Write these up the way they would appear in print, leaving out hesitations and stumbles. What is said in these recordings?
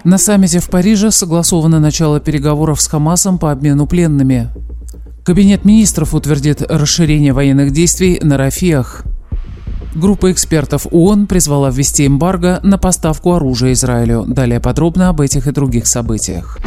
На саммите в Париже согласовано начало переговоров с Хамасом по обмену пленными. Кабинет министров утвердит расширение военных действий на Рафиах. Группа экспертов ООН призвала ввести эмбарго на поставку оружия Израилю. Далее подробно об этих и других событиях.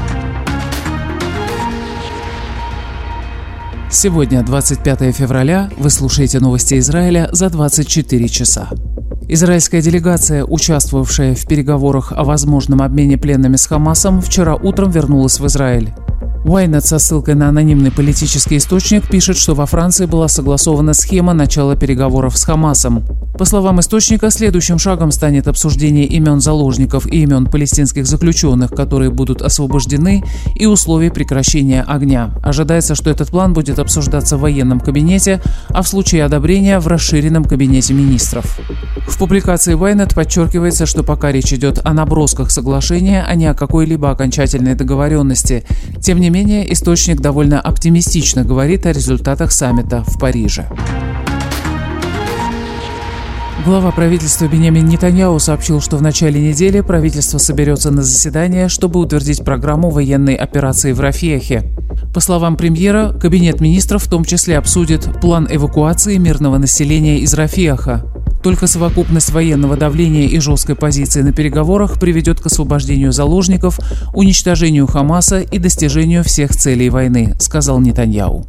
Сегодня, 25 февраля, вы слушаете новости Израиля за 24 часа. Израильская делегация, участвовавшая в переговорах о возможном обмене пленными с Хамасом, вчера утром вернулась в Израиль. Ynet со ссылкой на анонимный политический источник пишет, что во Франции была согласована схема начала переговоров с Хамасом. По словам источника, следующим шагом станет обсуждение имен заложников и имен палестинских заключенных, которые будут освобождены, и условий прекращения огня. Ожидается, что этот план будет обсуждаться в военном кабинете, а в случае одобрения в расширенном кабинете министров. В публикации Ynet подчеркивается, что пока речь идет о набросках соглашения, а не о какой-либо окончательной договоренности. Тем не менее, источник довольно оптимистично говорит о результатах саммита в Париже. Глава правительства Биньямин Нетаньяху сообщил, что в начале недели правительство соберется на заседание, чтобы утвердить программу военной операции в Рафиахе. По словам премьера, кабинет министров в том числе обсудит план эвакуации мирного населения из Рафиаха. Только совокупность военного давления и жесткой позиции на переговорах приведет к освобождению заложников, уничтожению Хамаса и достижению всех целей войны, сказал Нетаньяху.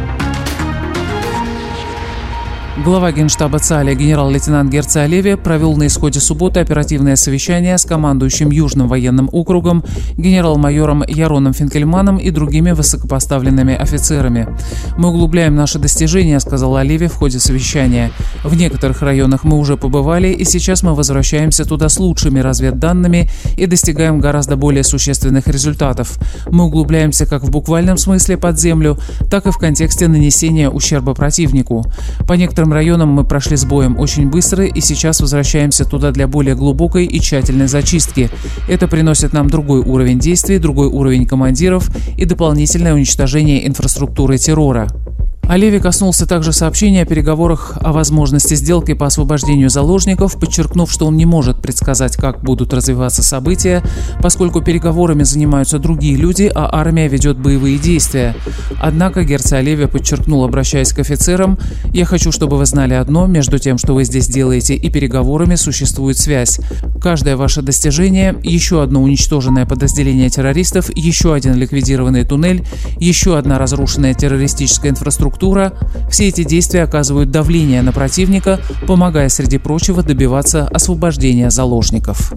Глава Генштаба ЦАля генерал-лейтенант Герци Алеви провел на исходе субботы оперативное совещание с командующим Южным военным округом генерал-майором Яроном Финкельманом и другими высокопоставленными офицерами. «Мы углубляем наши достижения», — сказал Алеви в ходе совещания. «В некоторых районах мы уже побывали, и сейчас мы возвращаемся туда с лучшими разведданными и достигаем гораздо более существенных результатов. Мы углубляемся как в буквальном смысле под землю, так и в контексте нанесения ущерба противнику. По некоторым районам мы прошли с боем очень быстро и сейчас возвращаемся туда для более глубокой и тщательной зачистки. Это приносит нам другой уровень действий, другой уровень командиров и дополнительное уничтожение инфраструктуры террора». Алеви коснулся также сообщения о переговорах о возможности сделки по освобождению заложников, подчеркнув, что он не может предсказать, как будут развиваться события, поскольку переговорами занимаются другие люди, а армия ведет боевые действия. Однако Герци Алеви подчеркнул, обращаясь к офицерам: «Я хочу, чтобы вы знали одно: между тем, что вы здесь делаете, и переговорами существует связь. Каждое ваше достижение, еще одно уничтоженное подразделение террористов, еще один ликвидированный туннель, еще одна разрушенная террористическая инфраструктура, все эти действия оказывают давление на противника, помогая, среди прочего, добиваться освобождения заложников».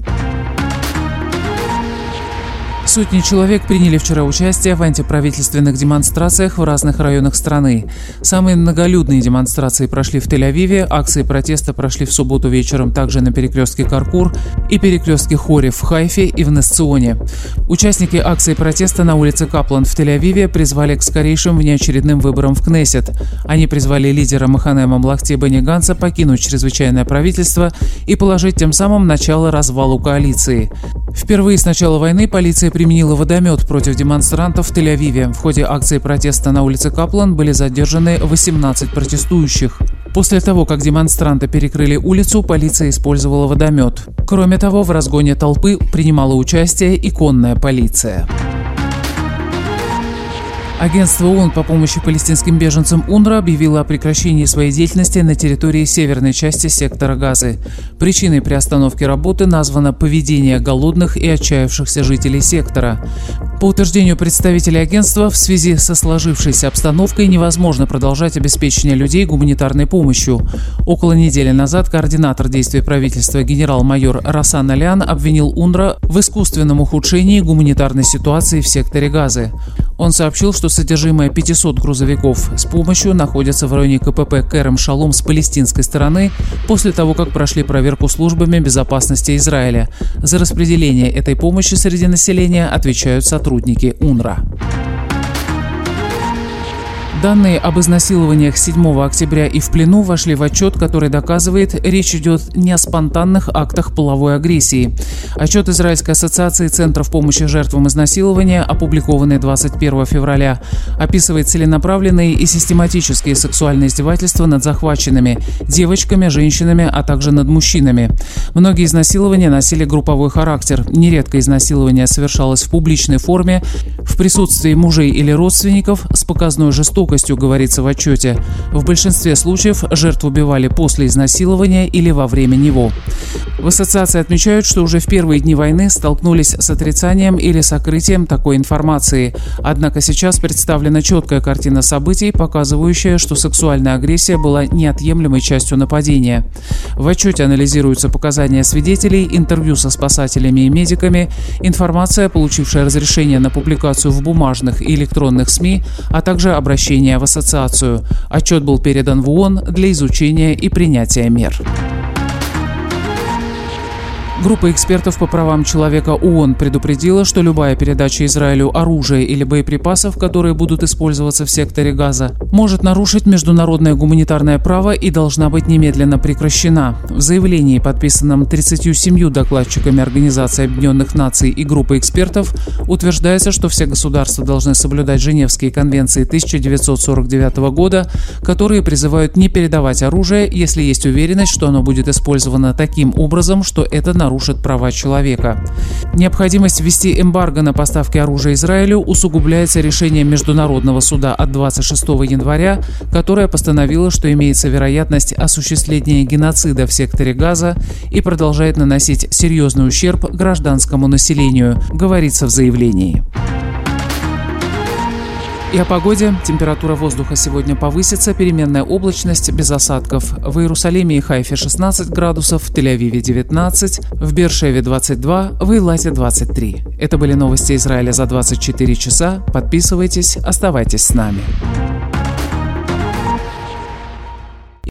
Сотни человек приняли вчера участие в антиправительственных демонстрациях в разных районах страны. Самые многолюдные демонстрации прошли в Тель-Авиве, акции протеста прошли в субботу вечером также на перекрестке Каркур и перекрестке Хори в Хайфе и в Несционе. Участники акции протеста на улице Каплан в Тель-Авиве призвали к скорейшим внеочередным выборам в Кнессет. Они призвали лидера Махане Мамлахти Бенни Ганца покинуть чрезвычайное правительство и положить тем самым начало развалу коалиции. Впервые с начала войны полиция применила водомет против демонстрантов в Тель-Авиве. В ходе акции протеста на улице Каплан были задержаны 18 протестующих. После того, как демонстранты перекрыли улицу, полиция использовала водомет. Кроме того, в разгоне толпы принимала участие и конная полиция. Агентство ООН по помощи палестинским беженцам УНРВА объявило о прекращении своей деятельности на территории северной части сектора Газы. Причиной приостановки работы названо поведение голодных и отчаявшихся жителей сектора. По утверждению представителей агентства, в связи со сложившейся обстановкой невозможно продолжать обеспечение людей гуманитарной помощью. Около недели назад координатор действий правительства генерал-майор Расан Алян обвинил УНРВА в искусственном ухудшении гуманитарной ситуации в секторе Газы. Он сообщил, что содержимое 500 грузовиков с помощью находится в районе КПП Керем-Шалом с палестинской стороны после того, как прошли проверку службами безопасности Израиля. За распределение этой помощи среди населения отвечают сотрудники УНРВА. Данные об изнасилованиях 7 октября и в плену вошли в отчет, который доказывает, речь идет не о спонтанных актах половой агрессии. Отчет Израильской ассоциации центров помощи жертвам изнасилования, опубликованный 21 февраля, описывает целенаправленные и систематические сексуальные издевательства над захваченными девочками, женщинами, а также над мужчинами. Многие изнасилования носили групповой характер. Нередко изнасилование совершалось в публичной форме, в присутствии мужей или родственников, с показной жестокостью, говорится в отчете. В большинстве случаев жертв убивали после изнасилования или во время него. В ассоциации отмечают, что уже в первые дни войны столкнулись с отрицанием или сокрытием такой информации. Однако сейчас представлена четкая картина событий, показывающая, что сексуальная агрессия была неотъемлемой частью нападения. В отчете анализируются показания свидетелей, интервью со спасателями и медиками, информация, получившая разрешение на публикацию в бумажных и электронных СМИ, а также обращение в ассоциацию. Отчет был передан в ООН для изучения и принятия мер. Группа экспертов по правам человека ООН предупредила, что любая передача Израилю оружия или боеприпасов, которые будут использоваться в секторе Газа, может нарушить международное гуманитарное право и должна быть немедленно прекращена. В заявлении, подписанном 37 докладчиками Организации Объединенных Наций и группы экспертов, утверждается, что все государства должны соблюдать Женевские конвенции 1949 года, которые призывают не передавать оружие, если есть уверенность, что оно будет использовано таким образом, что это нарушит права человека. Необходимость ввести эмбарго на поставки оружия Израилю усугубляется решением Международного суда от 26 января, которое постановило, что имеется вероятность осуществления геноцида в секторе Газа и продолжает наносить серьезный ущерб гражданскому населению, говорится в заявлении. И о погоде. Температура воздуха сегодня повысится, переменная облачность, без осадков. В Иерусалиме и Хайфе 16 градусов, в Тель-Авиве 19, в Беэр-Шеве 22, в Эйлате 23. Это были новости Израиля за 24 часа. Подписывайтесь, оставайтесь с нами.